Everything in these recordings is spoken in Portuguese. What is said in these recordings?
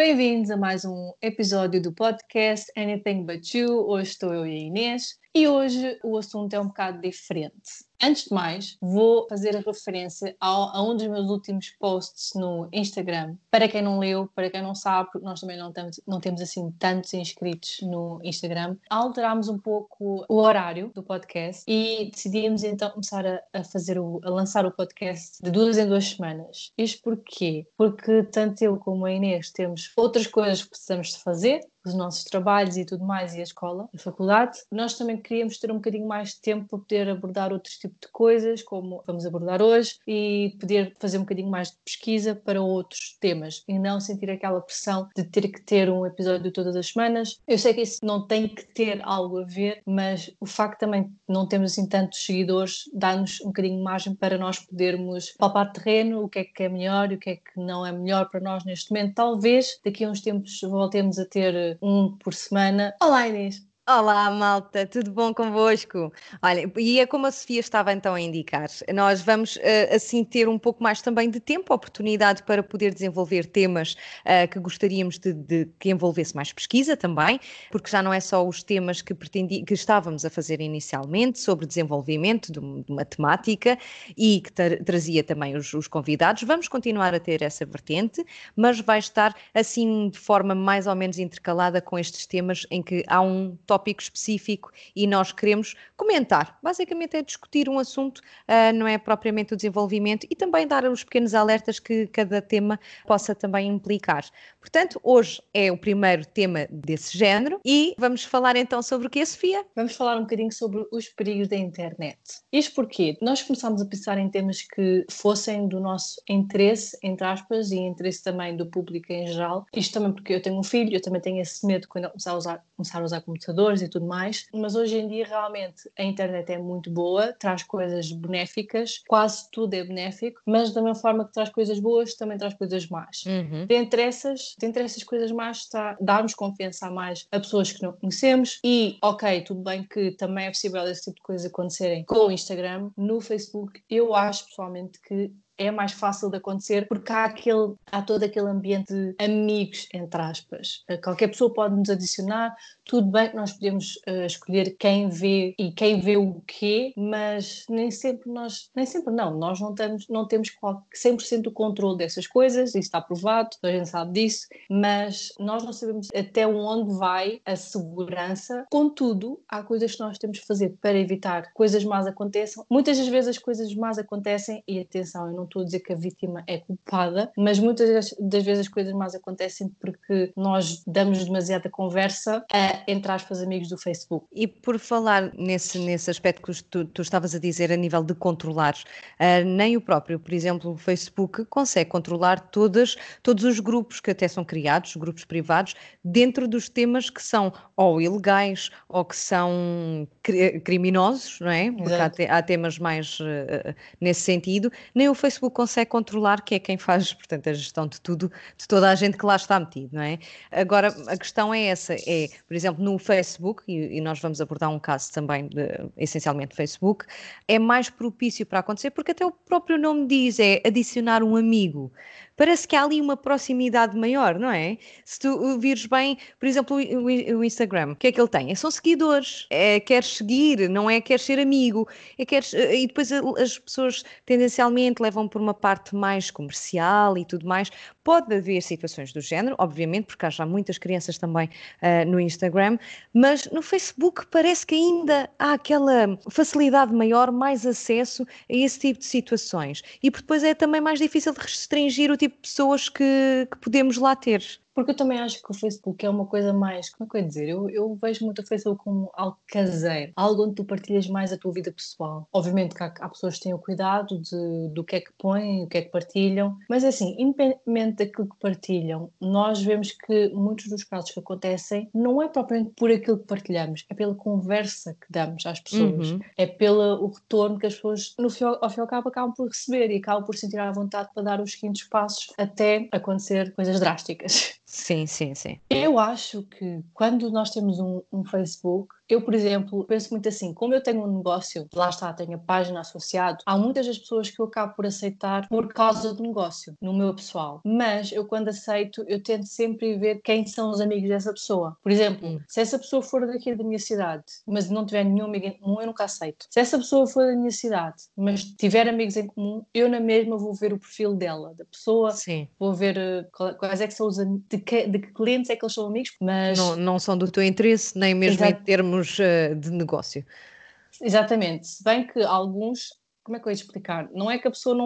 Bem-vindos a mais um episódio do podcast Anything But You. Hoje estou eu e a Inês e hoje o assunto é um bocado diferente. Antes de mais, vou fazer a referência a um dos meus últimos posts no Instagram. Para quem não leu, para quem não sabe, porque nós também não temos assim tantos inscritos no Instagram, alterámos um pouco o horário do podcast e decidimos então começar a lançar o podcast de 2 em 2 semanas. Isto porquê? Porque tanto eu como a Inês temos outras coisas que precisamos de fazer, os nossos trabalhos e tudo mais, e a escola, a faculdade. Nós também queríamos ter um bocadinho mais de tempo para poder abordar outros tipos de coisas, como vamos abordar hoje, e poder fazer um bocadinho mais de pesquisa para outros temas, e não sentir aquela pressão de ter que ter um episódio todas as semanas. Eu sei que isso não tem que ter algo a ver, mas o facto também de não termos assim tantos seguidores dá-nos um bocadinho de margem para nós podermos palpar terreno, o que é melhor e o que é que não é melhor para nós neste momento. Talvez daqui a uns tempos voltemos a ter um por semana. Olá, Inês! Olá, malta, tudo bom convosco? Olha, e é como a Sofia estava então a indicar, nós vamos assim ter um pouco mais também de tempo, oportunidade para poder desenvolver temas que gostaríamos de que envolvesse mais pesquisa também, porque já não é só os temas que estávamos a fazer inicialmente sobre desenvolvimento de uma temática e que trazia também os convidados. Vamos continuar a ter essa vertente, mas vai estar assim de forma mais ou menos intercalada com estes temas em que há um tópico específico e nós queremos comentar. Basicamente é discutir um assunto, não é propriamente o desenvolvimento, e também dar os pequenos alertas que cada tema possa também implicar. Portanto, hoje é o primeiro tema desse género e vamos falar então sobre o que, Sofia? Vamos falar um bocadinho sobre os perigos da internet. Isto porque nós começámos a pensar em temas que fossem do nosso interesse, entre aspas, e interesse também do público em geral. Isto também porque eu tenho um filho, eu também tenho esse medo quando eu começar a usar computadores e tudo mais, mas hoje em dia realmente a internet é muito boa, traz coisas benéficas, quase tudo é benéfico, mas da mesma forma que traz coisas boas, também traz coisas más. Dentre essas coisas más está darmos confiança a mais a pessoas que não conhecemos e, ok, tudo bem que também é possível esse tipo de coisas acontecerem com o Instagram. No Facebook, eu acho pessoalmente que é mais fácil de acontecer porque há todo aquele ambiente de amigos, entre aspas. Qualquer pessoa pode nos adicionar, tudo bem que nós podemos escolher quem vê e quem vê o quê, mas nós não temos 100% do controle dessas coisas, isso está provado, a gente sabe disso, mas nós não sabemos até onde vai a segurança. Contudo, há coisas que nós temos que fazer para evitar que coisas más aconteçam. Muitas das vezes as coisas más acontecem, e atenção, eu não estou a dizer que a vítima é culpada, mas muitas das vezes as coisas más acontecem porque nós damos demasiada conversa a, entre aspas, amigos do Facebook. E por falar nesse aspecto que tu estavas a dizer a nível de controlar, nem o próprio, por exemplo, o Facebook consegue controlar todos os grupos que até são criados, grupos privados, dentro dos temas que são ou ilegais ou que são criminosos, não é? Porque há temas mais nesse sentido. Nem o Facebook consegue controlar, que é quem faz, portanto, a gestão de tudo, de toda a gente que lá está metido, não é? Agora, a questão é essa, por exemplo, no Facebook, e nós vamos abordar um caso também, essencialmente Facebook, é mais propício para acontecer, porque até o próprio nome diz, é adicionar um amigo. Parece que há ali uma proximidade maior, não é? Se tu vires bem, por exemplo, o Instagram, o que é que ele tem? São seguidores, queres seguir, não é queres ser amigo, e depois as pessoas tendencialmente levam por uma parte mais comercial e tudo mais. Pode haver situações do género, obviamente, porque há já muitas crianças também no Instagram, mas no Facebook parece que ainda há aquela facilidade maior, mais acesso a esse tipo de situações. E depois é também mais difícil de restringir o tipo de pessoas que podemos lá ter. Porque eu também acho que o Facebook é uma coisa mais, como é que eu ia dizer? Eu vejo muito o Facebook como algo caseiro, algo onde tu partilhas mais a tua vida pessoal. Obviamente que há pessoas que têm o cuidado do que é que põem, o que é que partilham, mas assim, independentemente daquilo que partilham, nós vemos que muitos dos casos que acontecem não é propriamente por aquilo que partilhamos, é pela conversa que damos às pessoas, é pelo retorno que as pessoas, ao fim e ao cabo, acabam por receber e acabam por sentir à vontade para dar os seguintes passos até acontecer coisas drásticas. Sim, sim, sim. Eu acho que quando nós temos um Facebook, Eu, por exemplo, penso muito assim, como eu tenho um negócio, lá está, tenho a página associado, há muitas das pessoas que eu acabo por aceitar por causa do negócio, no meu pessoal. Mas eu, quando aceito, eu tento sempre ver quem são os amigos dessa pessoa. Por exemplo, se essa pessoa for daqui da minha cidade, mas não tiver nenhum amigo em comum, eu nunca aceito. Se essa pessoa for da minha cidade, mas tiver amigos em comum, eu na mesma vou ver o perfil dela, da pessoa, Sim. vou ver quais é que são os de que clientes é que eles são amigos, Não, mas não são do teu interesse, nem mesmo em termos de negócio. exatamente, se bem que alguns, como é que eu ia te explicar? Não é que a pessoa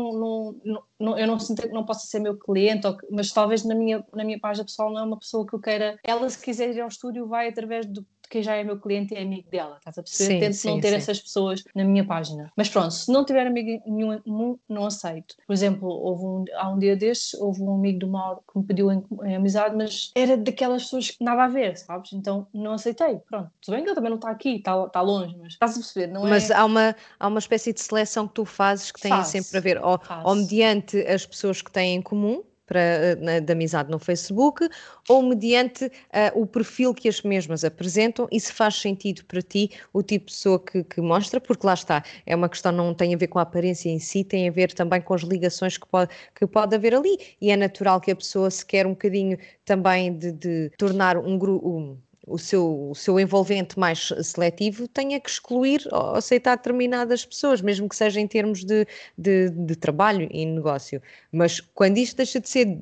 eu não sinto que não possa ser meu cliente, mas talvez na minha página pessoal não é uma pessoa que eu queira. Ela, se quiser ir ao estúdio, vai através de quem já é meu cliente e é amigo dela, estás a perceber? Sim, Tento não sim, ter sim. essas pessoas na minha página. Mas pronto, se não tiver amigo nenhum em comum, não aceito. Por exemplo, há um dia destes, houve um amigo do Mauro que me pediu em amizade, mas era daquelas pessoas que nada a ver, sabes? Então não aceitei. Pronto, tudo bem que ele também não está aqui, está longe, mas estás a perceber, não Mas é? há uma espécie de seleção que tu fazes que tem sempre a Faço, ver ou faço. mediante as pessoas que têm em comum de amizade no Facebook, ou mediante o perfil que as mesmas apresentam e se faz sentido para ti o tipo de pessoa que mostra, porque lá está, é uma questão, não tem a ver com a aparência em si, tem a ver também com as ligações que pode haver ali, e é natural que a pessoa se quer um bocadinho também de tornar um grupo, o seu envolvente mais seletivo, tenha que excluir ou aceitar determinadas pessoas, mesmo que seja em termos de trabalho e negócio. Mas quando isto deixa de ser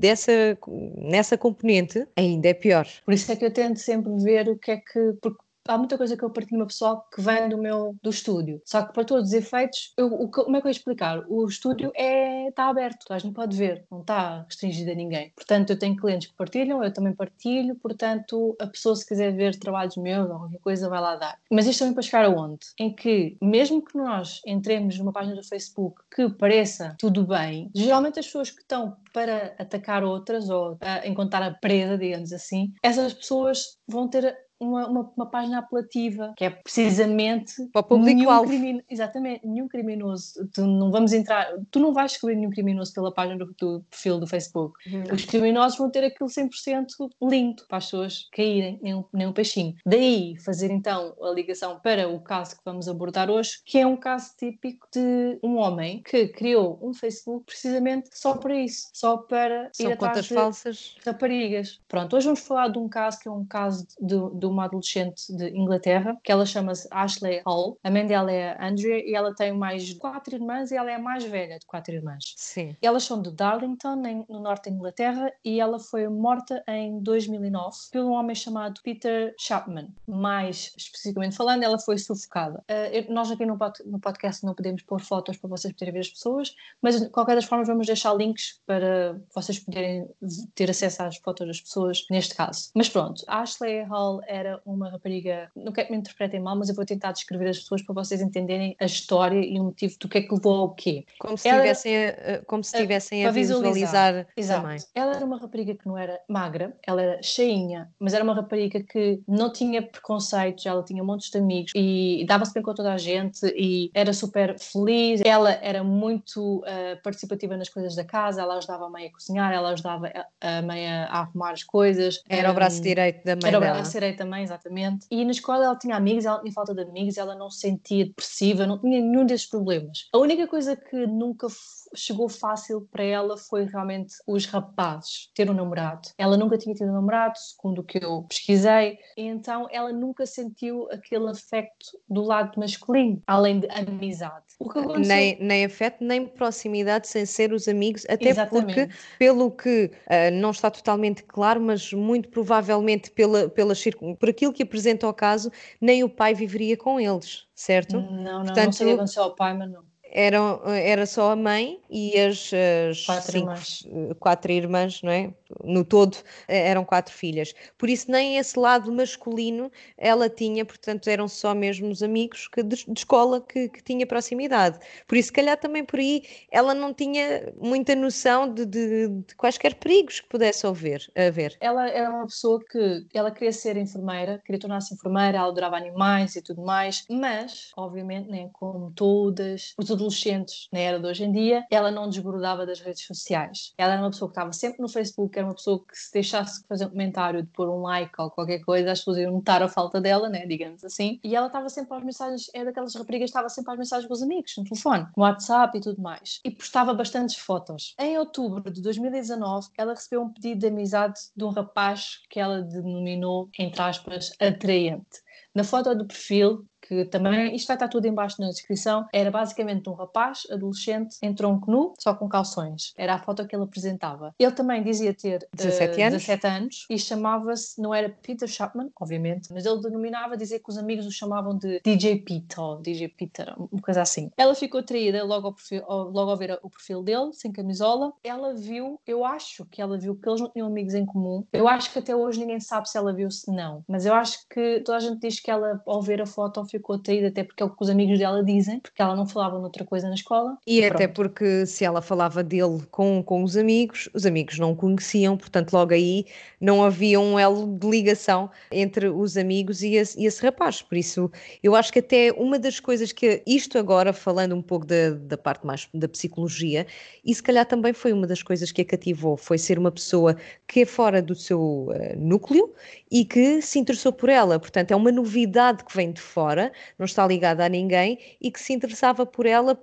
nessa componente, ainda é pior. Por isso é que eu tento sempre ver o que é que. Porque há muita coisa que eu partilho no meu pessoal que vem do estúdio. Só que para todos os efeitos, como é que eu ia explicar? O estúdio está aberto, a gente pode ver, não está restringido a ninguém. Portanto, eu tenho clientes que partilham, eu também partilho, portanto, a pessoa se quiser ver trabalhos meus ou qualquer coisa vai lá dar. Mas isto também para chegar aonde? Em que, mesmo que nós entremos numa página do Facebook que pareça tudo bem, geralmente as pessoas que estão para atacar outras ou encontrar a presa, digamos assim, essas pessoas vão ter uma página apelativa, que é precisamente Para o público-alvo. exatamente, nenhum criminoso. Tu não vamos entrar, tu não vais descobrir nenhum criminoso pela página do perfil do Facebook. Não. Os criminosos vão ter aquilo 100% lindo para as pessoas caírem, nem um peixinho. Daí fazer então a ligação para o caso que vamos abordar hoje, que é um caso típico de um homem que criou um Facebook precisamente só para isso, só para ir São atrás contas de falsas. raparigas. Pronto, hoje vamos falar de um caso que é um caso de uma adolescente de Inglaterra, que ela chama-se Ashley Hall. A mãe dela é a Andrea e ela tem mais 4 irmãs e ela é a mais velha de 4 irmãs. Sim. Elas são de Darlington, no norte da Inglaterra, e ela foi morta em 2009 por um homem chamado Peter Chapman. Mais especificamente falando, ela foi sufocada. Nós aqui no podcast não podemos pôr fotos para vocês poderem ver as pessoas, mas de qualquer das formas vamos deixar links para vocês poderem ter acesso às fotos das pessoas neste caso. Mas pronto, a Ashley Hall era uma rapariga, não quero que me interpretem mal, mas eu vou tentar descrever as pessoas para vocês entenderem a história e o motivo do que é que levou ao quê. Ela, Como se estivessem a para visualizar. visualizar também. Exato. Ela era uma rapariga que não era magra, ela era cheinha, mas era uma rapariga que não tinha preconceitos, ela tinha montes de amigos e dava-se bem com toda a gente e era super feliz. Ela era muito participativa nas coisas da casa, ela ajudava a mãe a cozinhar, ela ajudava a mãe a arrumar as coisas. Era o braço direito da mãe Era o dela. braço direito também, exatamente. E na escola ela tinha amigos, ela tinha falta de amigos, ela não se sentia depressiva, não tinha nenhum desses problemas. A única coisa que nunca chegou fácil para ela foi realmente os rapazes, ter um namorado. Ela nunca tinha tido um namorado, segundo o que eu pesquisei, e então ela nunca sentiu aquele afeto do lado masculino, além de amizade. O que aconteceu? Nem afeto, nem proximidade, sem ser os amigos, até porque, Exatamente. pelo que não está totalmente claro, mas muito provavelmente por aquilo que apresenta o caso, nem o pai viveria com eles, certo? Não sei o que Portanto, aconteceu ao pai, mas não. era só a mãe e as 4 irmãs. 4 irmãs, não é? No todo, eram 4 filhas. Por isso, nem esse lado masculino ela tinha, portanto, eram só mesmo os amigos de escola que tinha proximidade. Por isso, se calhar também por aí, ela não tinha muita noção de quaisquer perigos que pudesse haver. Ela era uma pessoa que ela queria ser enfermeira, queria tornar-se enfermeira, ela adorava animais e tudo mais, mas, obviamente, né, como todas os adolescentes na era de hoje em dia, ela não desgrudava das redes sociais. Ela era uma pessoa que estava sempre no Facebook, era uma pessoa que se deixasse fazer um comentário, de pôr um like ou qualquer coisa, as pessoas iam notar a falta dela, né, digamos assim. E ela estava sempre às mensagens, é daquelas raparigas que estava sempre às mensagens com os amigos, no telefone, no WhatsApp e tudo mais. E postava bastantes fotos. Em outubro de 2019, ela recebeu um pedido de amizade de um rapaz que ela denominou, entre aspas, atraente. Na foto do perfil, que também, isto vai estar tudo em baixo na descrição, era basicamente um rapaz adolescente em tronco nu, só com calções. Era a foto que ele apresentava. Ele também dizia ter 17 anos. 17 anos e chamava-se, não era Peter Chapman, obviamente, mas ele denominava, dizia que os amigos o chamavam de DJ Pete ou DJ Peter, uma coisa assim. Ela ficou atraída logo ao ver o perfil dele, sem camisola. Ela viu, eu acho que ela viu que eles não tinham amigos em comum. Eu acho que até hoje ninguém sabe se ela viu, se não. Mas eu acho que toda a gente diz que ela, ao ver a foto, ficou atraída, até porque é o que os amigos dela dizem, porque ela não falava noutra coisa na escola. E até porque se ela falava dele com os amigos não o conheciam, portanto logo aí não havia um elo de ligação entre os amigos e esse rapaz. Por isso, eu acho que até uma das coisas que isto agora, falando um pouco da parte mais da psicologia, e se calhar também foi uma das coisas que a cativou, foi ser uma pessoa que é fora do seu núcleo e que se interessou por ela. Portanto, é uma novidade que vem de fora, não está ligada a ninguém e que se interessava por ela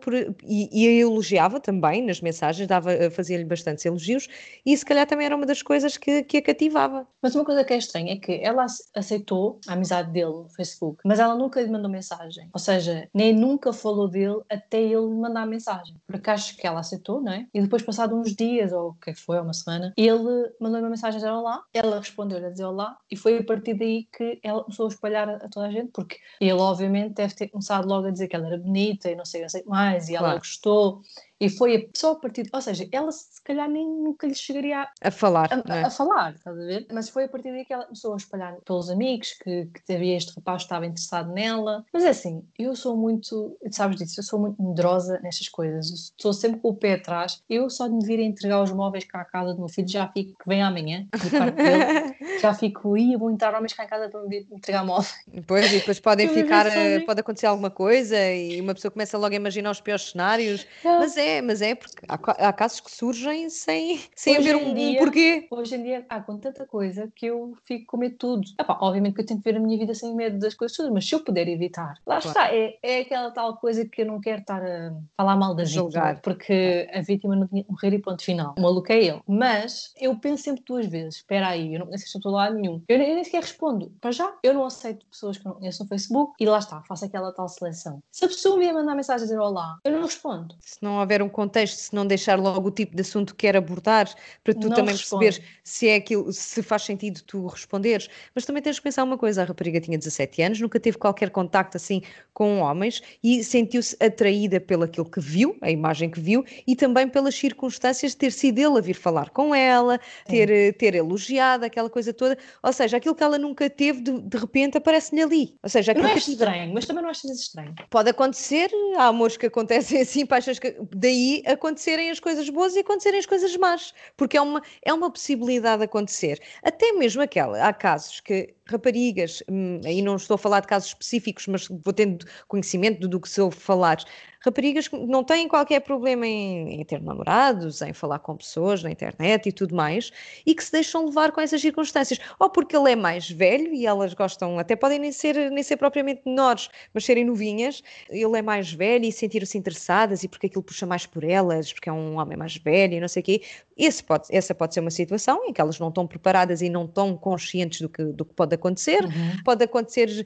e a elogiava também nas mensagens, fazia-lhe bastantes elogios e se calhar também era uma das coisas que a cativava. Mas uma coisa que é estranha é que ela aceitou a amizade dele no Facebook, mas ela nunca lhe mandou mensagem. Ou seja, nem nunca falou dele até ele lhe mandar mensagem. Porque acho que ela aceitou, não é? E depois, passado uns dias, ou o que foi, uma semana, ele mandou uma mensagem a dizer olá, ela respondeu-lhe a dizer olá, e foi a partir daí que ela começou a espalhar a toda a gente, porque ele, obviamente, deve ter começado logo a dizer que ela era bonita e não sei mais, e ela gostou. E foi só a partir ou seja, ela se calhar nem nunca lhe chegaria a falar, não é? a falar, estás a ver? Mas foi a partir daí que ela começou a espalhar pelos amigos que havia este rapaz que estava interessado nela. Mas é assim, eu sou muito, sabes disso, eu sou muito medrosa nestas coisas. Eu estou sempre com o pé atrás. Eu só de me vir a entregar os móveis cá à casa do meu filho, já fico, que vem amanhã, do quarto dele, já fico, vou entrar homens cá em casa para me vir entregar móveis. Pois, e depois podem ficar, pode acontecer alguma coisa e uma pessoa começa logo a imaginar os piores cenários. Mas é porque há casos que surgem sem haver um porquê. Hoje em dia há com tanta coisa que eu fico com medo de tudo. Epá, obviamente que eu tenho que ver a minha vida sem medo das coisas todas, mas se eu puder evitar, lá está, é aquela tal coisa que eu não quero estar a falar mal da vítima, porque a vítima não tinha que morrer e ponto final. O maluco é eu. Mas eu penso sempre duas vezes, espera aí, eu não conheço esta pessoa de lado nenhum. Eu nem sequer respondo. Para já, eu não aceito pessoas que eu não conheço no Facebook e lá está, faço aquela tal seleção. Se a pessoa me mandar mensagem a dizer olá, eu não respondo. Se não houver um contexto, se não deixar logo o tipo de assunto que quer abordar, para tu também perceberes se é aquilo, se faz sentido tu responderes. Mas também tens que pensar uma coisa, a rapariga tinha 17 anos, nunca teve qualquer contacto assim com homens e sentiu-se atraída pelo aquilo que viu, a imagem que viu, e também pelas circunstâncias de ter sido ele a vir falar com ela, ter elogiado, aquela coisa toda. Ou seja, aquilo que ela nunca teve, de repente aparece-lhe ali. Ou seja, não é estranho, mas também não achas estranho. Pode acontecer, há amores que acontecem assim, paixões que daí acontecerem as coisas boas e acontecerem as coisas más, porque é uma possibilidade de acontecer. Até mesmo há casos que raparigas, aí não estou a falar de casos específicos, mas vou tendo conhecimento do que se ouve falar, raparigas que não têm qualquer problema em ter namorados, em falar com pessoas na internet e tudo mais, e que se deixam levar com essas circunstâncias, ou porque ele é mais velho e elas gostam, até podem nem ser propriamente menores, mas serem novinhas, ele é mais velho e sentiram-se interessadas e porque aquilo puxa mais por elas, porque é um homem mais velho e não sei o quê. Essa pode ser uma situação em que elas não estão preparadas e não estão conscientes do que pode acontecer. Pode acontecer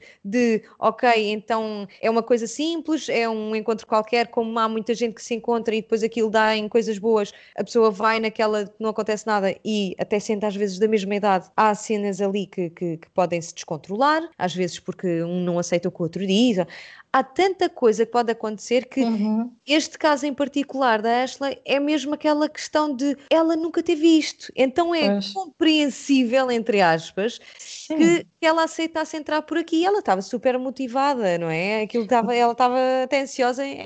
ok, então é uma coisa simples, é um encontro qualquer, como há muita gente que se encontra e depois aquilo dá em coisas boas, a pessoa vai naquela, não acontece nada e até sente às vezes da mesma idade, há cenas ali que podem se descontrolar, às vezes porque um não aceita o que o outro diz. Há tanta coisa que pode acontecer que este caso em particular da Ashley é mesmo aquela questão de ela nunca teve isto, então é compreensível, entre aspas, que ela aceitasse entrar por aqui. Ela estava super motivada, não é? Ela estava até ansiosa em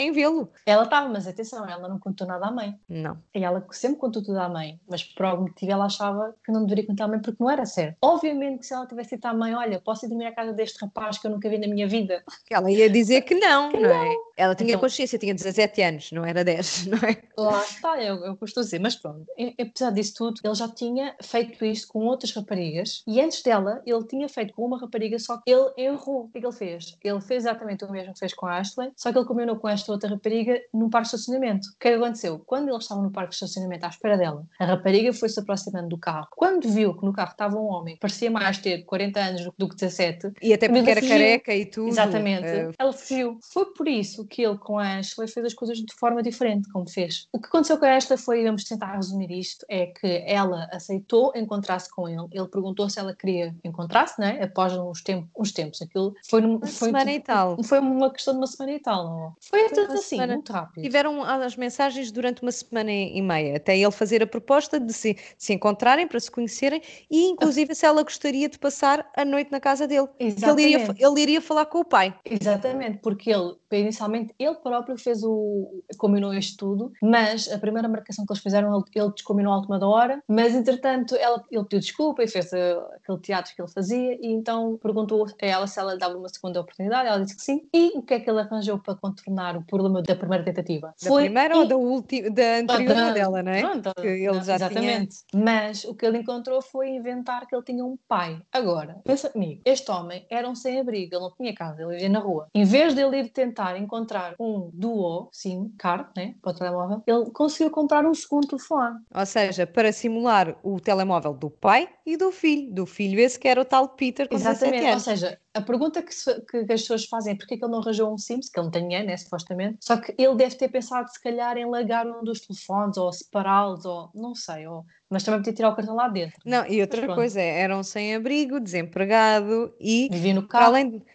sem vê-lo. Ela estava, mas atenção, ela não contou nada à mãe. Não. E ela sempre contou tudo à mãe, mas por algum motivo ela achava que não deveria contar à mãe porque não era certo. Obviamente que se ela tivesse dito à mãe, olha, posso ir dormir à casa deste rapaz que eu nunca vi na minha vida. Ela ia dizer que não, não é? Ela tinha Então, consciência, tinha 17 anos, não era 10, não é? lá está, eu gosto de dizer, mas pronto, apesar disso tudo, ele já tinha feito isto com outras raparigas e antes dela ele tinha feito com uma rapariga, só que ele errou. O que é que ele fez? Ele fez exatamente o mesmo que fez com a Ashley, só que ele combinou com esta outra rapariga num parque de estacionamento. O que é que aconteceu? Quando eles estavam no parque de estacionamento à espera dela, a rapariga foi-se aproximando do carro. Quando viu que no carro estava um homem que parecia mais ter 40 anos do que 17, E até porque era fugiu. careca e tudo. Exatamente. Ela fugiu. Foi por isso que ele com a Ashley fez as coisas de forma diferente, como fez. O que aconteceu com a Ashley foi, vamos tentar resumir isto, é que ela aceitou encontrar-se com ele. Ele perguntou se ela queria encontrar-se, né? Após uns tempos. Aquilo foi Uma semana e tal. Foi uma questão de uma semana e tal, não? Foi tudo assim, semana. muito rápido. Tiveram as mensagens durante uma semana e meia, até ele fazer a proposta de se encontrarem, para se conhecerem, e inclusive se ela gostaria de passar a noite na casa dele. Exatamente. Que ele iria falar com o pai. Exatamente, porque ele, inicialmente, ele próprio combinou isto tudo, mas a primeira marcação que eles fizeram, ele descombinou à última da hora, mas entretanto ele pediu desculpa e fez aquele teatro que ele fazia, e então perguntou a ela se ela lhe dava uma segunda oportunidade, ela disse que sim, e o que é que ele arranjou para contornar o problema da primeira tentativa? Da primeira ou da anterior dela, não é? Pronto, Que ele já exatamente. Mas o que ele encontrou foi inventar que ele tinha um pai. Agora, pensa comigo, este homem era um sem-abrigo, ele não tinha casa, ele vivia na rua. Em vez de ele ir tentar encontrar um duo, SIM card, né, para o telemóvel, ele conseguiu comprar um segundo telefone. Ou seja, para simular o telemóvel do pai e do filho esse que era o tal Peter com 17 Exatamente, ou anos. seja, a pergunta que as pessoas fazem é porque é que ele não arranjou um SIM, que ele não tem dinheiro, né, supostamente, só que ele deve ter pensado se calhar em largar um dos telefones, ou separá-los, ou não sei, mas também podia tirar o cartão lá dentro. Não, e outra coisa, era um sem-abrigo, desempregado e, vivia no para carro. além de,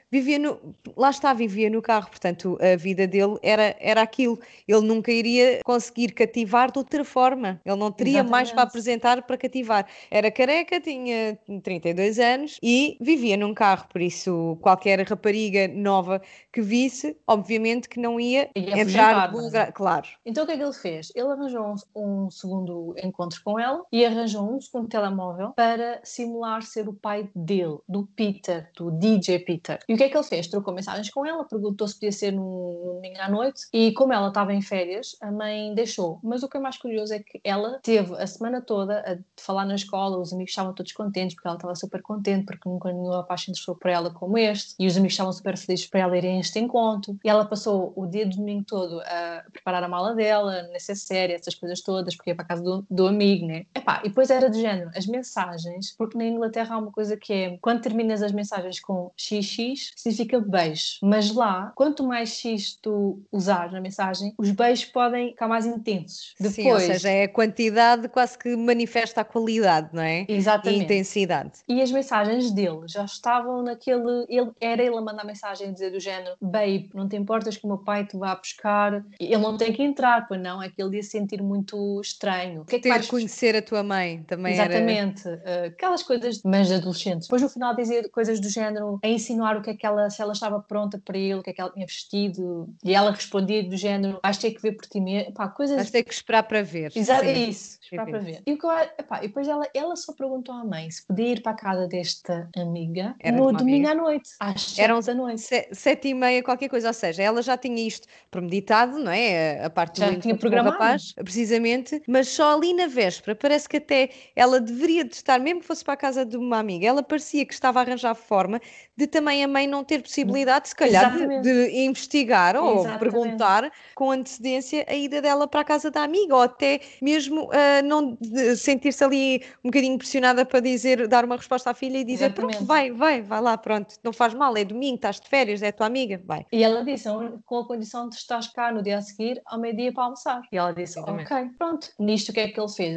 vivia no carro, portanto, a vida dele era aquilo. Ele nunca iria conseguir cativar de outra forma. Ele não teria mais para apresentar para cativar. Era careca, tinha 32 anos e vivia num carro, por isso qualquer rapariga nova que visse, obviamente que não ia entrar claro. Então o que é que ele fez? Ele arranjou um segundo encontro com ela e arranjou um segundo telemóvel para simular ser o pai dele, do Peter, do DJ Peter. E o que é que ele fez? Trocou mensagens com ela, perguntou se podia ser no domingo à noite e como ela estava em férias, a mãe deixou. Mas o que é mais curioso é que ela teve a semana toda a falar na escola, os amigos estavam todos contentes porque ela estava super contente porque nunca nenhum rapaz se interessou por ela como este e os amigos estavam super felizes para ela ir a este encontro. E ela passou o dia do domingo todo a preparar a mala dela, nessa série, essas coisas todas, porque ia para a casa do amigo, né? E depois era de género, as mensagens, porque na Inglaterra há uma coisa que é, quando terminas as mensagens com XX, significa beijo. Mas lá, quanto mais X tu usares na mensagem, os beijos podem ficar mais intensos. Depois, sim, ou seja, é a quantidade quase que manifesta a qualidade, não é? Exatamente. E a intensidade. E as mensagens dele já estavam naquele... Era ele a mandar mensagem a dizer do género, babe, não te importas que o meu pai te vá buscar? Ele não tem que entrar, pois não, é que ele ia se sentir muito estranho. O que é que vais conhecer a tua mãe também. Exatamente, aquelas coisas mais adolescentes. Depois no final dizia coisas do género, a insinuar o que é que se ela estava pronta para ele, o que é que ela tinha vestido, e ela respondia do género, vais ter que ver por ti mesmo, coisas... Vais ter que esperar para ver. Exato, é isso, esperar para ver. E depois ela só perguntou à mãe se podia ir para a casa desta amiga no domingo à noite, às 7 da noite. 7h30, qualquer coisa, ou seja, ela já tinha isto premeditado, não é? A parte do encontro com o rapaz, precisamente, mas só ali na véspera, parece que até ela deveria de estar, mesmo que fosse para a casa de uma amiga, ela parecia que estava a arranjar forma de também a mãe não ter possibilidade, se calhar, de investigar ou perguntar com antecedência a ida dela para a casa da amiga, ou até mesmo não sentir-se ali um bocadinho pressionada para dar uma resposta à filha e dizer, pronto, vai lá, pronto, não faz mal, é domingo, estás de férias, é a tua amiga, vai. E ela disse, com a condição de estás cá no dia a seguir, ao meio-dia para almoçar. E ela disse, ok, pronto. Nisto o que é que ele fez? Ele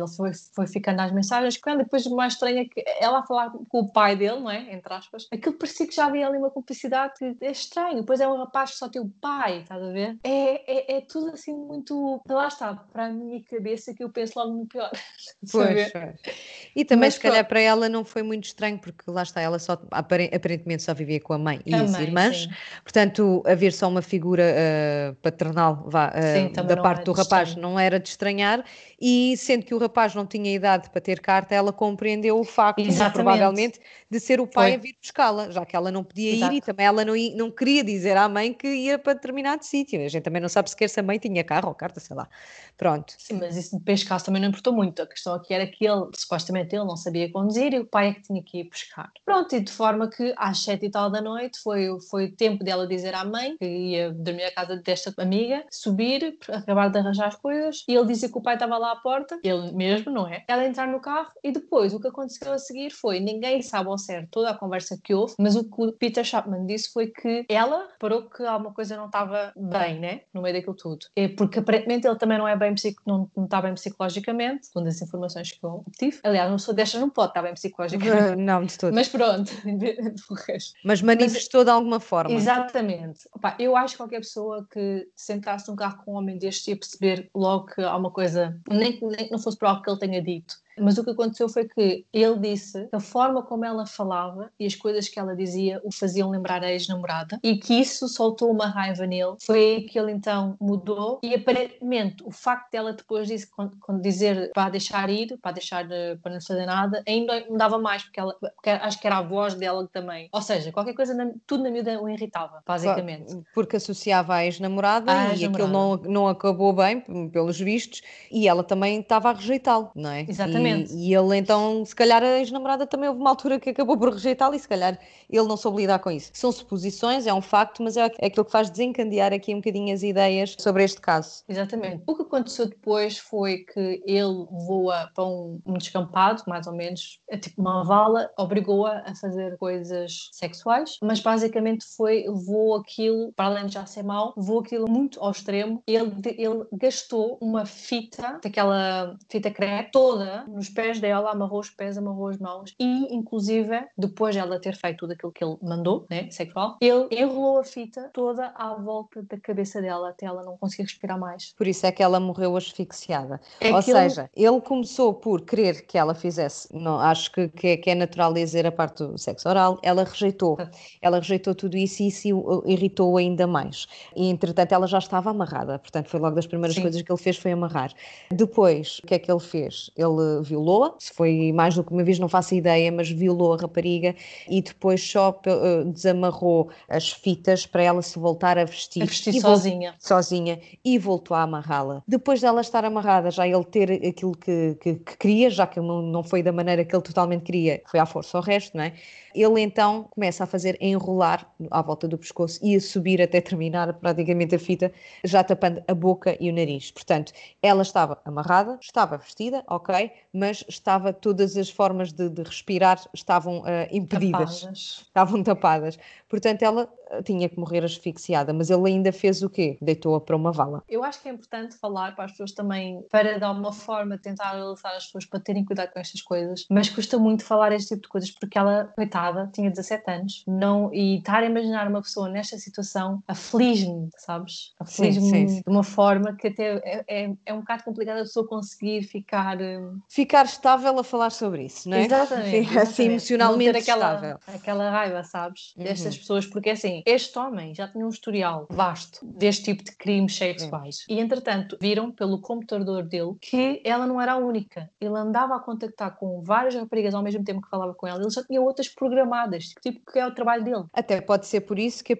foi ficando às mensagens, quando depois o mais estranho é que ela a falar com o pai dele, não é? Entre aspas, aquilo parecia que já havia ali uma cumplicidade que é estranho. Depois é um rapaz que só tem o pai, estás a ver? É tudo assim muito. Lá está, para a minha cabeça que eu penso logo no pior. Pois, Saber? pois. E também, Mas se calhar, pronto, para ela não foi muito estranho, porque lá está, ela só aparentemente só vivia com a mãe e as também, irmãs, sim. portanto, haver só uma figura paternal Sim, também da não parte é do de rapaz estranho. não era de estranhar, e sendo que o rapaz não tinha idade para ter carta, ela compreendeu o facto, muito Exatamente. provavelmente, de ser o pai a Foi. vir buscá-la, já que ela não podia ir e Exato. também ela não queria dizer à mãe que ia para determinado sítio. A gente também não sabe sequer se a mãe tinha carro ou carta, sei lá. Pronto. Sim, mas isso de pescar também não importou muito. A questão aqui era que ele, supostamente ele não sabia conduzir e o pai é que tinha que ir pescar. Pronto, e de forma que às 7 e tal da noite foi o tempo dela dizer à mãe que ia dormir à casa desta amiga, subir, acabar de arranjar as coisas e ele dizia que o pai estava lá à porta, ele mesmo, não é? Ela entrar no carro e depois o que aconteceu a seguir foi, ninguém sabe ao certo toda a conversa que houve, mas o que o Peter Chapman disse foi que ela reparou que alguma coisa não estava bem, né? No meio daquilo tudo. Porque aparentemente ele também não é bem não está bem psicologicamente, segundo as informações que eu obtive. Aliás, uma pessoa destas não pode estar bem psicologicamente. Não, de todo. Mas pronto, do resto. Mas Mas manifestou de alguma forma. exatamente. Opa, eu acho que qualquer pessoa que sentasse num carro com um homem deste ia perceber logo que há uma coisa, nem que não fosse por algo que ele tenha dito. Mas o que aconteceu foi que ele disse que a forma como ela falava e as coisas que ela dizia o faziam lembrar a ex-namorada e que isso soltou uma raiva nele. Foi aí que ele então mudou e aparentemente o facto dela depois disso, quando dizer para deixar ir, para deixar para não fazer nada, ainda mudava mais porque acho que era a voz dela também. Ou seja, qualquer coisa, tudo na miúda o irritava, Claro, basicamente. porque associava à ex-namorada A e aquilo ex-namorada. não acabou bem, pelos vistos, e ela também estava a rejeitá-lo, não é? Exatamente. E ele então, se calhar a ex-namorada também houve uma altura que acabou por rejeitá-lo e se calhar ele não soube lidar com isso. São suposições, é um facto, mas é aquilo que faz desencadear aqui um bocadinho as ideias sobre este caso. Exatamente. O que aconteceu depois foi que ele voa para um descampado, mais ou menos, é tipo uma vala, obrigou-a a fazer coisas sexuais, mas basicamente levou aquilo, para além de já ser mau, levou aquilo muito ao extremo. Ele gastou uma fita, daquela fita crepe, toda nos pés dela, amarrou os pés, amarrou as mãos e, inclusive, depois de ela ter feito tudo aquilo que ele mandou, né, sexual, ele enrolou a fita toda à volta da cabeça dela até ela não conseguir respirar mais. Por isso é que ela morreu asfixiada. É Ou que ele. seja, ele começou por querer que ela fizesse, não, acho que é natural dizer a parte do sexo oral, ela rejeitou. Ela rejeitou tudo isso e isso irritou ainda mais. E entretanto ela já estava amarrada, portanto foi logo das primeiras Sim, coisas que ele fez foi amarrar. Depois, o que é que ele fez? Ele violou-a, se foi mais do que uma vez não faço ideia, mas violou a rapariga e depois só desamarrou as fitas para ela se voltar a a vestir vestir e sozinha. sozinha e voltou a amarrá-la. Depois dela estar amarrada, já ele ter aquilo que queria, já que não foi da maneira que ele totalmente queria, foi à força o resto, não é? Ele então começa a fazer enrolar à volta do pescoço e a subir até terminar praticamente a fita, já tapando a boca e o nariz. Portanto, ela estava amarrada, estava vestida, ok, mas estava todas as formas de respirar estavam impedidas, Tapadas. estavam tapadas. Portanto, ela tinha que morrer asfixiada, mas ele ainda fez o quê? Deitou-a para uma vala. Eu acho que é importante falar para as pessoas também, para de alguma forma tentar alertar as pessoas para terem cuidado com estas coisas, mas custa muito falar este tipo de coisas porque ela, coitada, tinha 17 anos não, e estar a imaginar uma pessoa nesta situação aflige-me, sabes? Sim, sim, Aflige-me sim. de uma forma que até é um bocado complicado a pessoa conseguir ficar. Ficar estável a falar sobre isso, não é? Exatamente, Assim, exatamente. Não ter emocionalmente aquela, estável. aquela raiva, sabes? Destas Uhum. pessoas, porque assim, este homem já tinha um historial vasto deste tipo de crimes Sim. sexuais. E entretanto, viram pelo computador dele que ela não era a única. Ele andava a contactar com várias raparigas ao mesmo tempo que falava com ela. Ele já tinha outras programadas, tipo que é o trabalho dele. Até pode ser por isso que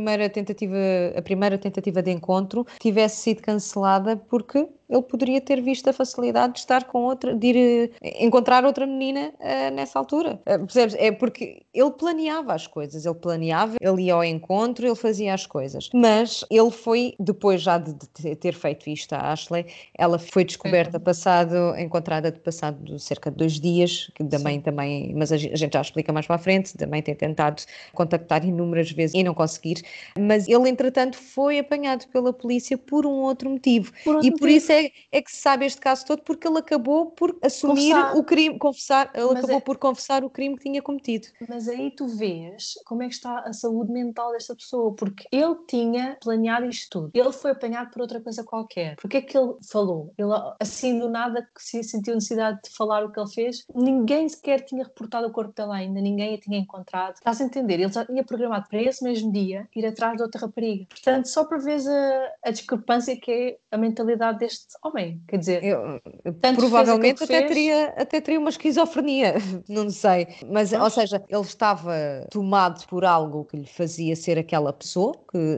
a primeira tentativa de encontro tivesse sido cancelada, porque ele poderia ter visto a facilidade de estar com outra, de ir encontrar outra menina nessa altura. Percebes? É porque ele planeava as coisas, ele ia ao encontro, ele fazia as coisas. Mas ele foi, depois já de ter feito isto à Ashley, ela foi descoberta encontrada passado cerca de 2 dias, que também, mas a gente já explica mais para a frente, também tem tentado contactar inúmeras vezes e não conseguir, mas ele entretanto foi apanhado pela polícia por um outro motivo. Por E outro por isso motivo. é que se sabe este caso todo porque ele acabou por assumir Confessar. o crime, ele Mas acabou por confessar o crime que tinha cometido. Mas aí tu vês como é que está a saúde mental desta pessoa, porque ele tinha planeado isto tudo. Ele foi apanhado por outra coisa qualquer. Porque é que ele falou? Ele, assim do nada, que se sentiu necessidade de falar o que ele fez. Ninguém sequer tinha reportado o corpo dela ainda, ninguém a tinha encontrado. Estás a entender? Ele já tinha programado para esse mesmo dia ir atrás de outra rapariga. Portanto, só para ver a discrepância que é a mentalidade deste homem. Quer dizer, tanto fez aquilo Provavelmente que fez. até teria uma esquizofrenia, não sei. Mas, ou Pois, seja, ele estava tomado por algo que lhe fazia ser aquela pessoa,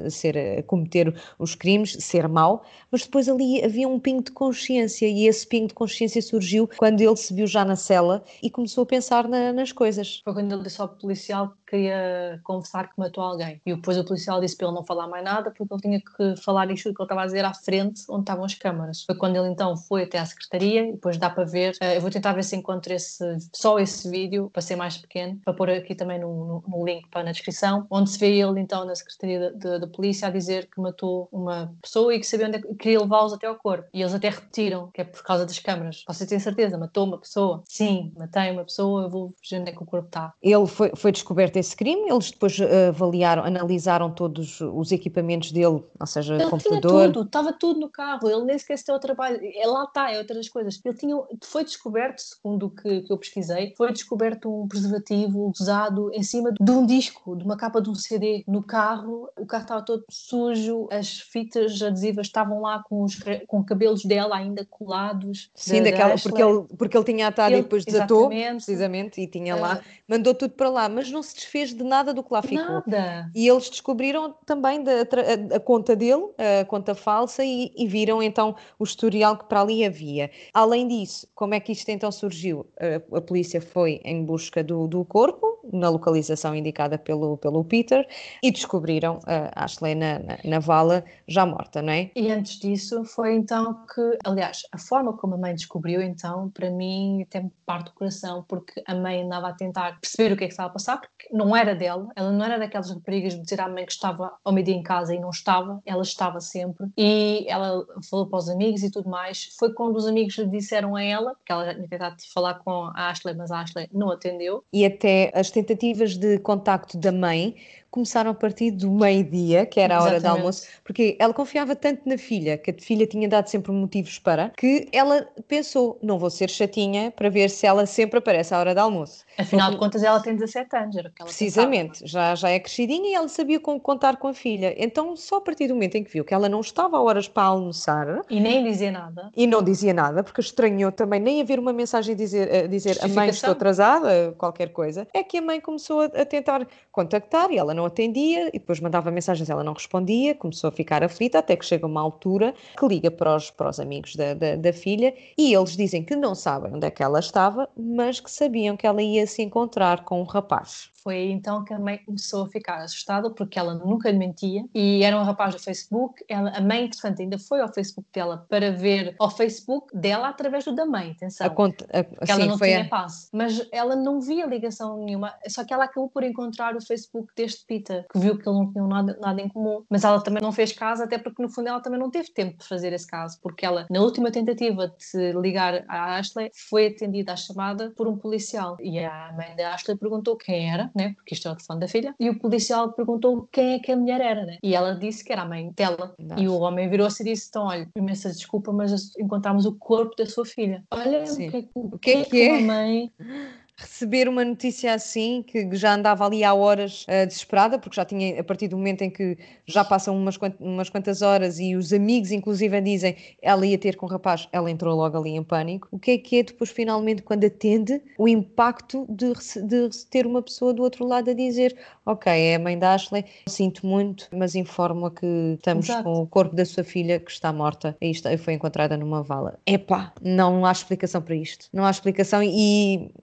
cometer os crimes, ser mau, mas depois ali havia um pingo de consciência e esse pingo de consciência surgiu quando ele se viu já na cela e começou a pensar nas coisas. foi quando ele disse ao policial que queria confessar que matou alguém. E depois o policial disse para ele não falar mais nada porque ele tinha que falar isto que ele estava a dizer à frente onde estavam as câmaras. Foi quando ele então foi até à secretaria e depois dá para ver. Eu vou tentar ver se encontro só esse vídeo para ser mais pequeno, para pôr aqui também no link para na descrição, onde se vê ele então na secretaria da polícia a dizer que matou uma pessoa e que sabia onde queria levá-los até ao corpo. E eles até repetiram que é por causa das câmaras. Você tem certeza? Matou uma pessoa? Sim, matei uma pessoa, eu vou ver onde é que o corpo está. Ele foi descoberto esse crime, eles depois analisaram todos os equipamentos dele, ou seja, Ele tinha computador. tudo, estava tudo no carro, ele nem sequer se deu ao trabalho. Lá está, é outras coisas. Foi descoberto, segundo o que eu pesquisei, foi descoberto um preservativo usado em cima de um disco, de uma capa de um CD no carro. O carro estava todo sujo, as fitas adesivas estavam lá com cabelos dela ainda colados, Sim, da Ashley. porque ele tinha atado e depois desatou, Exatamente, precisamente, e tinha lá, mandou tudo para lá, mas não se desfez de nada do que lá ficou. nada. E eles descobriram também a conta dele, a conta falsa, e viram então o historial que para ali havia. Além disso, como é que isto então surgiu? A polícia foi em busca do corpo, na localização indicada pelo Peter, e descobriram a Ashley na vala, já morta, não é? E antes disso foi então que, aliás, a forma como a mãe descobriu, então, para mim, até me parte do coração, porque a mãe andava a tentar perceber o que é que estava a passar, porque não era dela, ela não era daquelas raparigas de dizer à mãe que estava ao meio-dia em casa e não estava, ela estava sempre. E ela falou para os amigos e tudo mais. Foi quando os amigos lhe disseram a ela, porque ela já tinha tentado falar com a Ashley, mas a Ashley não atendeu. E até as tentativas de contacto da mãe começaram a partir do meio-dia, que era a hora do almoço, Exatamente. porque ela confiava tanto na filha, que a filha tinha dado sempre motivos para, que ela pensou, não vou ser chatinha para ver se ela sempre aparece à hora do almoço. Afinal de contas, ela tem 17 anos, era o que ela pensava. Precisamente, já é crescidinha e ela sabia como contar com a filha. Então, só a partir do momento em que viu que ela não estava a horas para almoçar, E nem dizer nada. e não dizia nada, porque estranhou também nem haver uma mensagem a dizer a mãe, estou Justificação. atrasada, qualquer coisa, é que a mãe começou a tentar contactar e ela não atendia, e depois mandava mensagens, ela não respondia, começou a ficar aflita, até que chega uma altura que liga para os amigos da filha, e eles dizem que não sabem onde é que ela estava, mas que sabiam que ela ia se encontrar com um rapaz. Foi aí então que a mãe começou a ficar assustada porque ela nunca lhe mentia e era um rapaz do Facebook. A mãe, entretanto, ainda foi ao Facebook dela para ver ao Facebook dela através do da mãe, atenção, porque ela Assim, não tinha passe. Mas ela não via ligação nenhuma, só que ela acabou por encontrar o Facebook deste Peter, que viu que eles não tinham nada em comum. Mas ela também não fez caso, até porque no fundo ela também não teve tempo de fazer esse caso, porque ela, na última tentativa de ligar à Ashley, foi atendida à chamada por um policial. E a mãe da Ashley perguntou quem era, né? Porque isto é o telefone da filha, e o policial perguntou quem é que a mulher era, né? E ela disse que era a mãe dela. E o homem virou-se e disse, então, olha, imensa desculpa, mas encontramos o corpo da sua filha. Olha, sim. o Que que é é? uma mãe... Receber uma notícia assim, que já andava ali há horas desesperada, porque já tinha, a partir do momento em que já passam umas quantas horas e os amigos inclusive dizem ela ia ter com o rapaz, ela entrou logo ali em pânico. O que é depois finalmente quando atende o impacto de ter uma pessoa do outro lado a dizer, ok, é a mãe da Ashley, sinto muito, mas informo-a que estamos Exato. com o corpo da sua filha que está morta e foi encontrada numa vala. Epá, não há explicação para isto, não há explicação e nem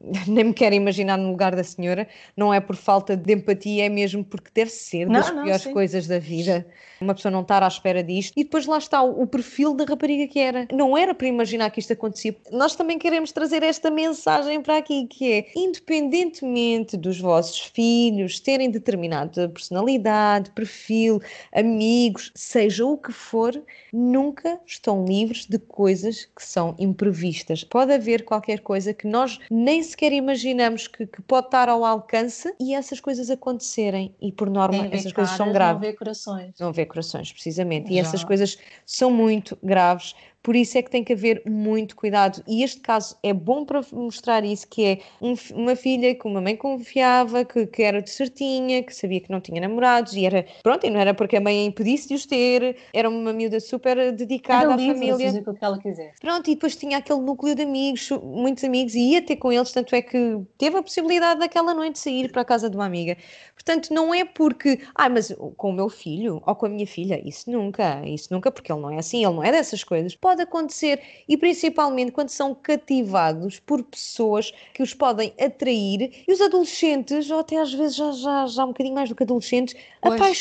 nem me quero imaginar no lugar da senhora, não é por falta de empatia, é mesmo porque deve ser das piores sim. coisas da vida, uma pessoa não estar à espera disto. E depois lá está o perfil da rapariga que era. Não era para imaginar que isto acontecia. Nós também queremos trazer esta mensagem para aqui, que é, independentemente dos vossos filhos terem determinada personalidade, perfil, amigos, seja o que for, nunca estão livres de coisas que são imprevistas. Pode haver qualquer coisa que nós nem sequer imaginamos que pode estar ao alcance e essas coisas acontecerem. E por norma, Quem vê essas coisas são caras não graves. vê corações. Não vê corações, precisamente. E essas Já. coisas são muito graves. Por isso é que tem que haver muito cuidado. E este caso é bom para mostrar isso, que é uma filha que uma mãe confiava, que era de certinha, que sabia que não tinha namorados, e era, pronto, e não era porque a mãe a impedisse de os ter, era uma miúda super Era dedicada à livre a família. fazer o que ela quisesse. Pronto, e depois tinha aquele núcleo de amigos, muitos amigos, e ia ter com eles, tanto é que teve a possibilidade daquela noite sair para a casa de uma amiga. Portanto, não é porque, mas com o meu filho ou com a minha filha, isso nunca, porque ele não é assim, ele não é dessas coisas. Pode acontecer, e principalmente quando são cativados por pessoas que os podem atrair, e os adolescentes, ou até às vezes já um bocadinho mais do que adolescentes, Pois.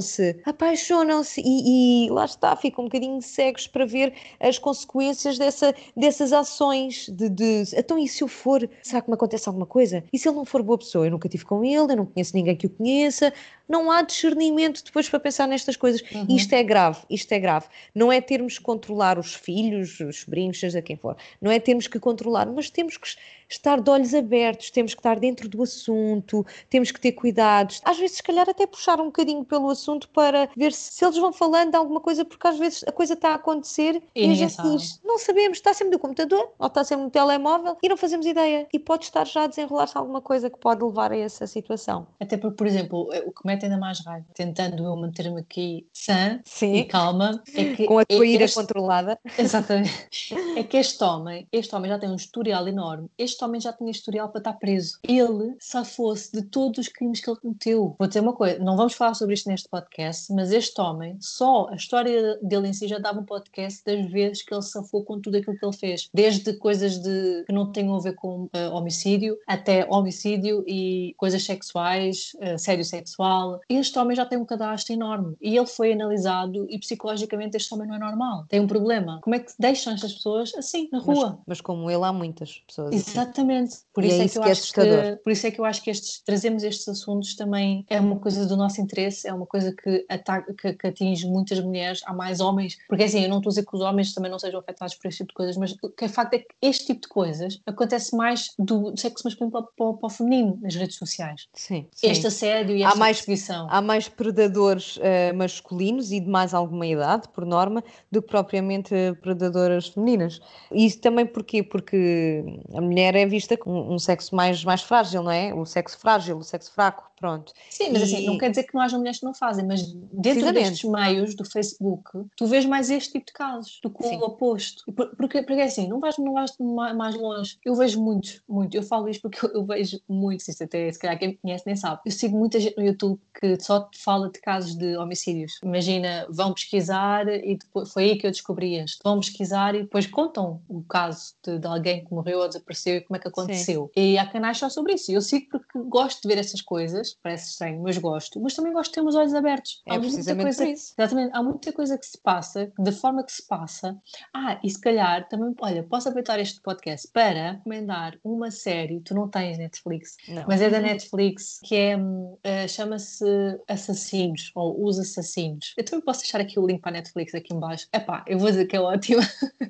apaixonam-se, e lá está, ficam um bocadinho cegos para ver as consequências dessas ações então e se eu for, será que me acontece alguma coisa? E se ele não for boa pessoa? Eu nunca estive com ele, eu não conheço ninguém que o conheça, não há discernimento depois para pensar nestas coisas. E Uhum. isto é grave. Não é termos que controlar os filhos, os sobrinhos, seja quem for, não é termos que controlar, mas temos que estar de olhos abertos, temos que estar dentro do assunto, temos que ter cuidados. Às vezes, se calhar, até puxar um bocadinho pelo assunto para ver se eles vão falando de alguma coisa, porque às vezes a coisa está a acontecer E e a ninguém gente sabe. diz, não sabemos, está sempre no computador ou está sempre no telemóvel e não fazemos ideia. E pode estar já a desenrolar-se alguma coisa que pode levar a essa situação. Até porque, por exemplo, o que mete ainda mais raiva, tentando eu manter-me aqui sã e Sim, calma, é com que a tua ira este, controlada. exatamente, é que este homem já tem um historial enorme. Este homem já tinha historial para estar preso. Ele safou-se de todos os crimes que ele cometeu. Vou dizer uma coisa, não vamos falar sobre isto neste podcast, mas este homem, só a história dele em si já dava um podcast das vezes que ele safou com tudo aquilo que ele fez. Desde coisas que não tenham a ver com homicídio, até homicídio e coisas sexuais, assédio sexual. Este homem já tem um cadastro enorme e ele foi analisado e psicologicamente este homem não é normal. Tem um problema. Como é que deixam estas pessoas assim, na Mas, rua? mas como ele, há muitas pessoas assim. Exatamente. Por E é isso é que isso eu que é acho assustador. por isso é que eu acho que trazemos estes assuntos também é uma coisa do nosso interesse, é uma coisa que ataca, que atinge muitas mulheres, há mais homens, porque assim, eu não estou a dizer que os homens também não sejam afetados por este tipo de coisas, mas o que é facto é que este tipo de coisas acontece mais do sexo masculino para o feminino nas redes sociais. Sim, Este sim. assédio e Há esta mais, perseguição. há mais predadores masculinos e de mais alguma idade, por norma, do que propriamente predadoras femininas. E isso também porquê? Porque a mulher é vista como um sexo mais frágil, não é? O sexo frágil, o sexo fraco, pronto. Sim, mas assim, não E quer dizer que não haja mulheres que não fazem, mas dentro destes precisamente, meios do Facebook, tu vês mais este tipo de casos do que o sim. oposto. Porque assim, não vais mais longe. Eu vejo muito. Eu falo isto porque eu vejo muitos, isto até se calhar quem me conhece nem sabe. Eu sigo muita gente no YouTube que só te fala de casos de homicídios. Imagina, vão pesquisar e depois, foi aí que eu descobri este. Vão pesquisar e depois contam o caso de alguém que morreu ou desapareceu e como é que Sim, aconteceu. E há canais só sobre isso. Eu sigo porque gosto de ver essas coisas, parece estranho, mas gosto. Mas também gosto de ter os olhos abertos. é precisamente por isso. Exatamente, há muita coisa que se passa, da forma que se passa. E se calhar também, olha, posso aproveitar este podcast para recomendar uma série, tu não tens Netflix, Não. mas é da Netflix, que chama-se Assassinos, ou Os Assassinos. Eu também posso deixar aqui o link para a Netflix aqui em baixo. Epá, eu vou dizer que é ótima.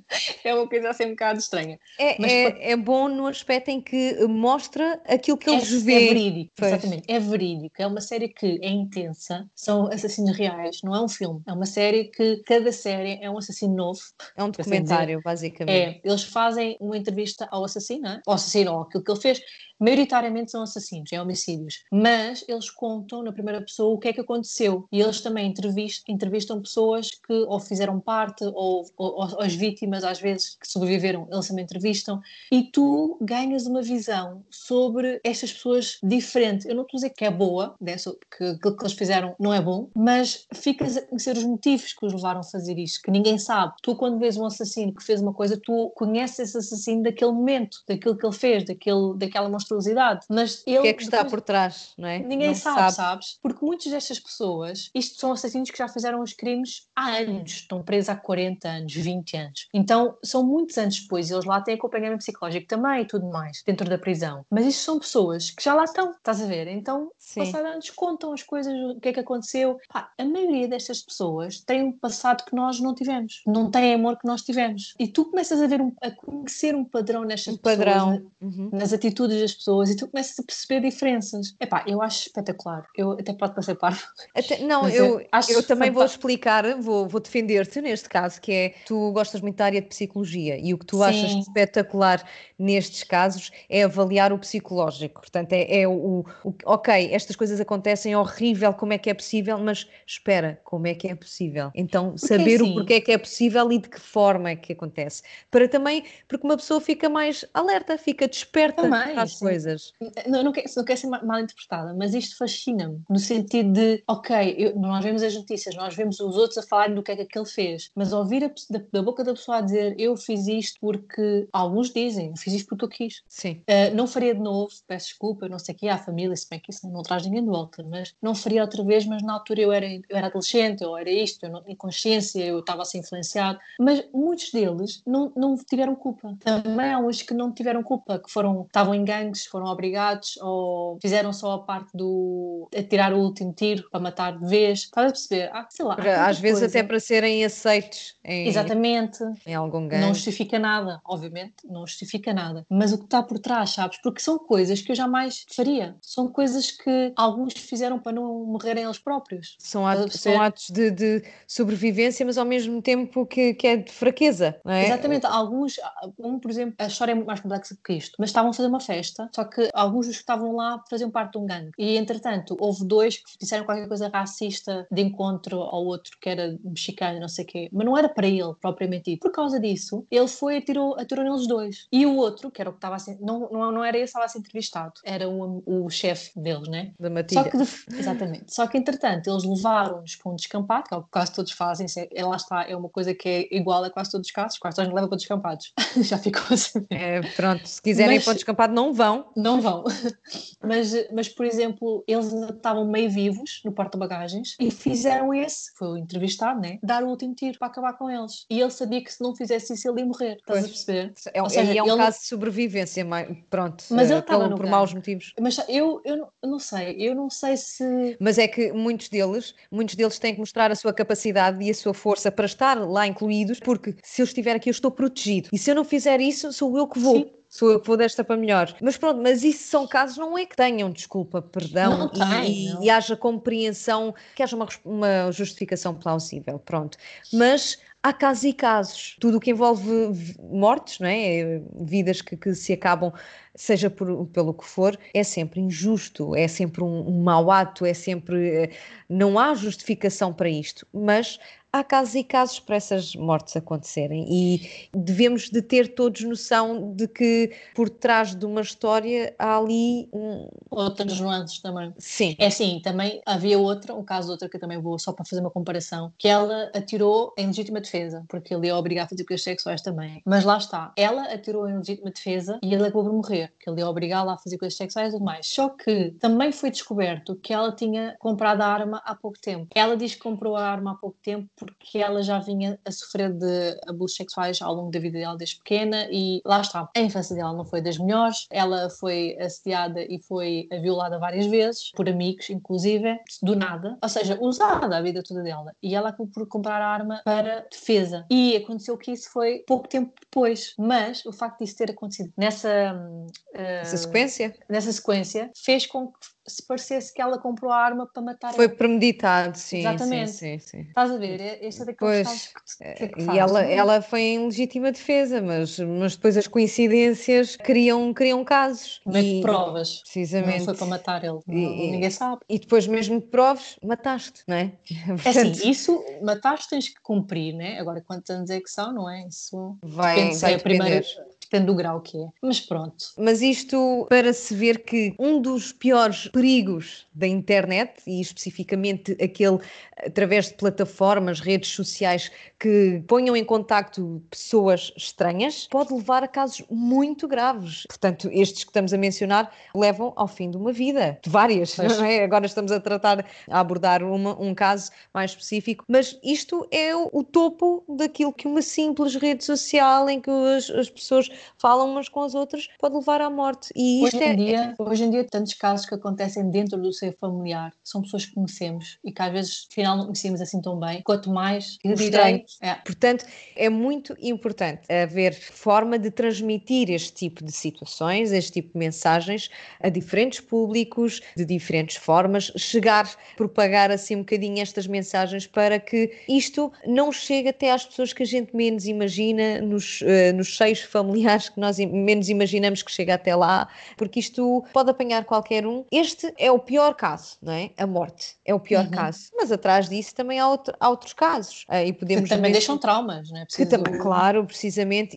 É uma coisa assim um bocado estranha. Mas É bom no aspecto em que mostra aquilo que eles é vê. verídico, Pois, exatamente, é verídico. É uma série que é intensa, são assassinos reais, não é um filme. É uma série que cada série é um assassino novo, é um por assim dizer. documentário, basicamente. Eles fazem uma entrevista ao assassino, não é? Ao assassino, ou aquilo que ele fez. Maioritariamente são assassinos, é homicídios. Mas eles contam na primeira pessoa o que é que aconteceu. E eles também entrevistam pessoas que ou fizeram parte, ou as vítimas, às vezes, que sobreviveram, eles também entrevistam. E tu tu ganhas uma visão sobre estas pessoas diferente. Eu não estou a dizer que é boa, que aquilo que eles fizeram não é bom, mas ficas a conhecer os motivos que os levaram a fazer isto, que ninguém sabe. Tu, quando vês um assassino que fez uma coisa, tu conheces esse assassino daquele momento, daquilo que ele fez, daquela monstruosidade. Mas O que é ele que está por trás, não é? ninguém Não se sabe, sabe. sabes? Porque muitas destas pessoas, isto são assassinos que já fizeram os crimes há anos, estão presos há 40 anos, 20 anos. Então, são muitos anos depois, eles lá têm acompanhamento psicológico também e tudo mais, dentro da prisão. Mas isto são pessoas que já lá estão, estás a ver? Então, passados anos, contam as coisas, o que é que aconteceu. Pá, a maioria destas pessoas tem um passado que nós não tivemos, não tem amor que nós tivemos. E tu começas a conhecer um padrão nestas pessoas, nas atitudes das pessoas, e tu começas a perceber diferenças. Epá, eu acho espetacular. Eu até pode parecer parvo. Não, Mas eu também vou fantástico. explicar, vou defender-te neste caso, que é, tu gostas muito da área de psicologia e o que tu achas Sim, espetacular nestes casos é avaliar o psicológico. Portanto, ok, estas coisas acontecem, é horrível, como é que é possível, mas espera, como é que é possível? Então, porque é saber o assim, porquê é que é possível e de que forma é que acontece. Porque uma pessoa fica mais alerta, fica desperta para também, as sim. coisas. Não quero ser mal interpretada, mas isto fascina-me, no sentido de, ok, nós vemos as notícias, nós vemos os outros a falarem do que é que aquele fez, mas ouvir da boca da pessoa a dizer eu fiz isto porque, alguns dizem, eu fiz isto porque eu quis. Sim. Não faria de novo, peço desculpa, não sei o que, à família, se bem que isso não traz ninguém de volta, mas não faria outra vez, mas na altura eu era adolescente, eu era isto, eu não tinha consciência, eu estava a ser influenciado, mas muitos deles não tiveram culpa. Também há uns que não tiveram culpa, que estavam em gangues, foram obrigados ou fizeram só a parte do atirar o último tiro para matar de vez. Estás a perceber? Sei lá, há tanta Às vezes até coisa. para serem aceitos Exatamente. em algum Não gangue. justifica nada, obviamente, não justifica nada. Mas o que está por trás, sabes? Porque são coisas que eu jamais faria. São coisas que alguns fizeram para não morrerem eles próprios. Estás a São perceber? atos de sobrevivência, mas ao mesmo tempo que é de fraqueza, não é? Exatamente, por exemplo, a história é muito mais complexa que isto, mas estavam a fazer uma festa, só que alguns dos que estavam lá faziam parte de um gangue. E, entretanto, houve dois que disseram qualquer coisa racista de encontro ao outro que era mexicano, não sei o quê, mas não era para ele, propriamente dito. Por causa disso, ele foi e atirou neles dois. E o outro, que era o que estava a ser, não era esse que estava a ser entrevistado, era o chefe deles, né? Da Só matilha. que, exatamente. Só que, entretanto, eles levaram-nos para um descampado, que é o que quase todos fazem. Lá está, é uma coisa que é igual a quase todos os casos. Quase todos nos levam para descampados. Já ficou a saber. Pronto, se quiserem ir para o Mas descampado, não vão. não vão. Mas, por exemplo, eles ainda estavam meio vivos no porta-bagagens e fizeram foi o entrevistado, né? Dar o último tiro para acabar com eles. E ele sabia que se não fizesse isso ele ia morrer. Estás a Pois. perceber? Ou Aí seja, é um ele não. caso de sobrevivência, pronto, Mas ele estava no por maus gangue. motivos. Mas eu não sei se. Mas é que muitos deles têm que mostrar a sua capacidade e a sua força para estar lá incluídos, porque se eu estiver aqui, eu estou protegido. E se eu não fizer isso, sou eu que Sim, vou. Sou eu que vou desta para melhor. Mas pronto, mas isso são casos, não é que tenham desculpa, perdão não tem, e não. haja compreensão, que haja uma justificação plausível, pronto. Mas há casos e casos. Tudo o que envolve mortes, não é? Vidas que se acabam, seja pelo que for, é sempre injusto, é sempre um mau ato, é sempre. Não há justificação para isto, mas há casos e casos para essas mortes acontecerem e devemos de ter todos noção de que por trás de uma história há ali Outras nuances também. Sim, É assim, também havia um caso de outra que eu também vou só para fazer uma comparação, que ela atirou em legítima defesa, porque ele ia obrigar a fazer coisas sexuais também. Mas lá está, ela atirou em legítima defesa e ele acabou por morrer, que ele ia obrigá-la a fazer coisas sexuais e tudo mais. Só que também foi descoberto que ela tinha comprado a arma há pouco tempo. Ela diz que comprou a arma há pouco tempo porque ela já vinha a sofrer de abusos sexuais ao longo da vida dela desde pequena e lá está. A infância dela não foi das melhores, ela foi assediada e foi violada várias vezes, por amigos, inclusive, do nada. Ou seja, usada a vida toda dela. E ela acabou por comprar a arma para defesa. E aconteceu que isso foi pouco tempo depois. Mas o facto disso ter acontecido essa uh, sequência nessa sequência fez com que se parecesse que ela comprou a arma para matar foi ele. premeditado, sim, sim, Exatamente. sim, sim. Estás a ver? Este é daqueles casos Pois, que e fazes. ela foi em legítima defesa, mas depois as coincidências criam casos. Como é que E, provas? Não foi para precisamente, matar ele. Ninguém e, sabe. e depois mesmo que proves, mataste, não é? É assim, Portanto, isso, matares tens que cumprir, né? Agora, quantos anos é que são, não é? Isso depende vai se é a primeira, depender. depende do grau que é. Mas pronto. Mas isto para se ver que um dos piores perigos da internet, e especificamente aquele através de plataformas, redes sociais que ponham em contacto pessoas estranhas, pode levar a casos muito graves. Portanto, estes que estamos a mencionar levam ao fim de uma vida, de várias, não é? Agora estamos a abordar um caso mais específico, mas isto é o topo daquilo que uma simples rede social em que as pessoas falam umas com as outras pode levar à morte. E isto hoje em dia, tantos casos que acontecem dentro do seio familiar, são pessoas que conhecemos e que às vezes, afinal, não conhecemos assim tão bem, quanto mais que estranhos. Portanto, é muito importante haver forma de transmitir este tipo de situações, este tipo de mensagens a diferentes públicos, de diferentes formas, propagar assim um bocadinho estas mensagens para que isto não chegue até às pessoas que a gente menos imagina, nos seios familiares que nós menos imaginamos que chega até lá, porque isto pode apanhar qualquer um. Este é o pior caso, não é? A morte é o pior caso, mas atrás disso também há outros casos. E podemos que também deixam traumas, não é? Claro, precisamente,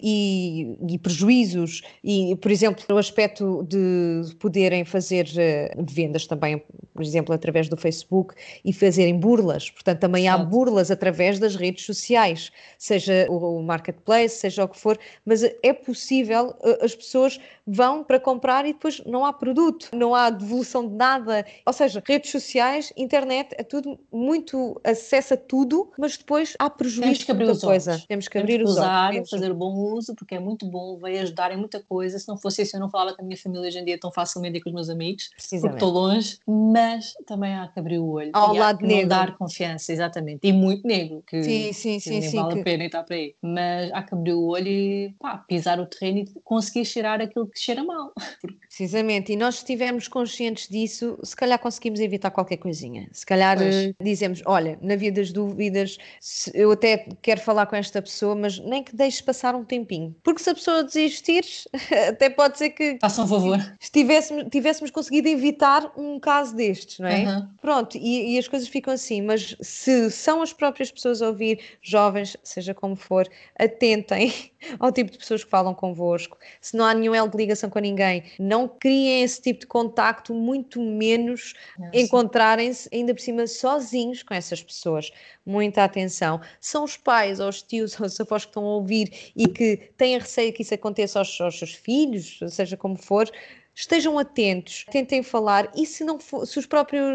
e prejuízos, e, por exemplo, o aspecto de poderem fazer vendas também, por exemplo, através do Facebook e fazerem burlas. Portanto, também há burlas através das redes sociais, seja o marketplace, seja o que for, mas é possível, as pessoas vão para comprar e depois não há produto, não há devolução de nada. Ou seja, redes sociais, internet, é tudo muito, acessa tudo, mas depois há prejuízo. Temos que abrir os olhos. Temos que abrir os olhos. Fazer o bom uso, porque é muito bom, vai ajudar em muita coisa. Se não fosse isso, eu não falava com a minha família hoje em dia tão facilmente e com os meus amigos, porque estou longe, mas também há que abrir o olho. Ao lado negro. Não dar confiança, exatamente. E muito negro, que sim, nem vale a pena estar para aí. Mas há que abrir o olho e pisar o terreno e conseguir cheirar aquilo que cheira mal. Precisamente, e nós se estivermos conscientes disso, se calhar conseguimos evitar qualquer coisinha. Se calhar dizemos, olha, na via das dúvidas, eu até quero falar com esta pessoa, mas nem que deixes passar um tempinho. Porque se a pessoa desistir, até pode ser que façam um favor. Tivéssemos conseguido evitar um caso destes, não é? Uhum. Pronto, e as coisas ficam assim, mas se são as próprias pessoas a ouvir, jovens, seja como for, atentem ao tipo de pessoas que falam convosco. Se não há nenhum elo de ligação com ninguém, não criem esse tipo de contacto, muito menos encontrarem-se ainda por cima sozinhos com essas pessoas. Muita atenção. São os pais ou os tios ou os avós que estão a ouvir e que têm receio que isso aconteça aos seus filhos, seja como for. Estejam atentos, tentem falar, e se os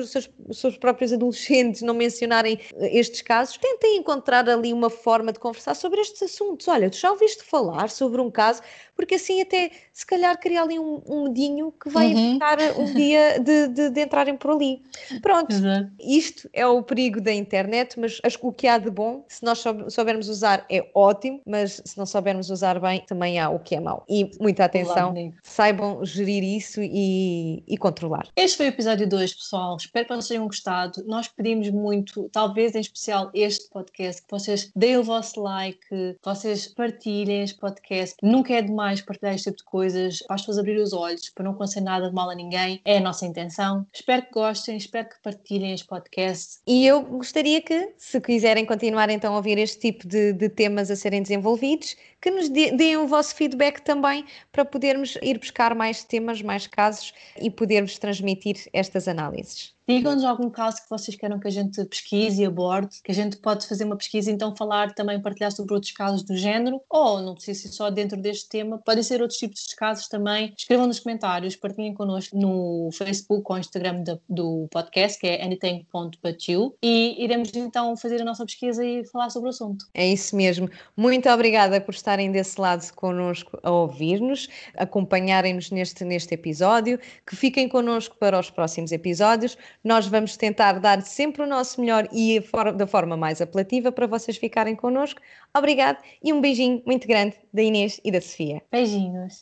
próprios adolescentes não mencionarem estes casos, tentem encontrar ali uma forma de conversar sobre estes assuntos. Olha, tu já ouviste falar sobre um caso? Porque assim até, se calhar, criar ali um medinho que vai evitar um dia de entrarem por ali. Pronto, isto é o perigo da internet, mas o que há de bom, se nós soubermos usar, é ótimo, mas se não soubermos usar bem, também há o que é mau. E muita atenção, saibam gerir isso e controlar. Este foi o episódio 2, pessoal. Espero que vocês tenham gostado. Nós pedimos muito, talvez em especial este podcast, que vocês deem o vosso like, que vocês partilhem este podcast. Nunca é demais partilhar este tipo de coisas, para as pessoas abrirem os olhos, para não acontecer nada de mal a ninguém. É a nossa intenção. Espero que gostem, espero que partilhem este podcast. E eu gostaria que, se quiserem continuar então a ouvir este tipo de temas a serem desenvolvidos, que nos deem o vosso feedback também, para podermos ir buscar mais temas, mais casos e podermos transmitir estas análises. Digam-nos algum caso que vocês queiram que a gente pesquise e aborde, que a gente pode fazer uma pesquisa e então falar também, partilhar sobre outros casos do género, ou não precisa ser só dentro deste tema, podem ser outros tipos de casos também. Escrevam nos comentários, partilhem connosco no Facebook ou Instagram do podcast, que é anything.butyou, e iremos então fazer a nossa pesquisa e falar sobre o assunto. É isso mesmo. Muito obrigada por estarem desse lado connosco a ouvir-nos, acompanharem-nos neste episódio, que fiquem connosco para os próximos episódios. Nós vamos tentar dar sempre o nosso melhor e da forma mais apelativa para vocês ficarem connosco. Obrigado e um beijinho muito grande da Inês e da Sofia. Beijinhos.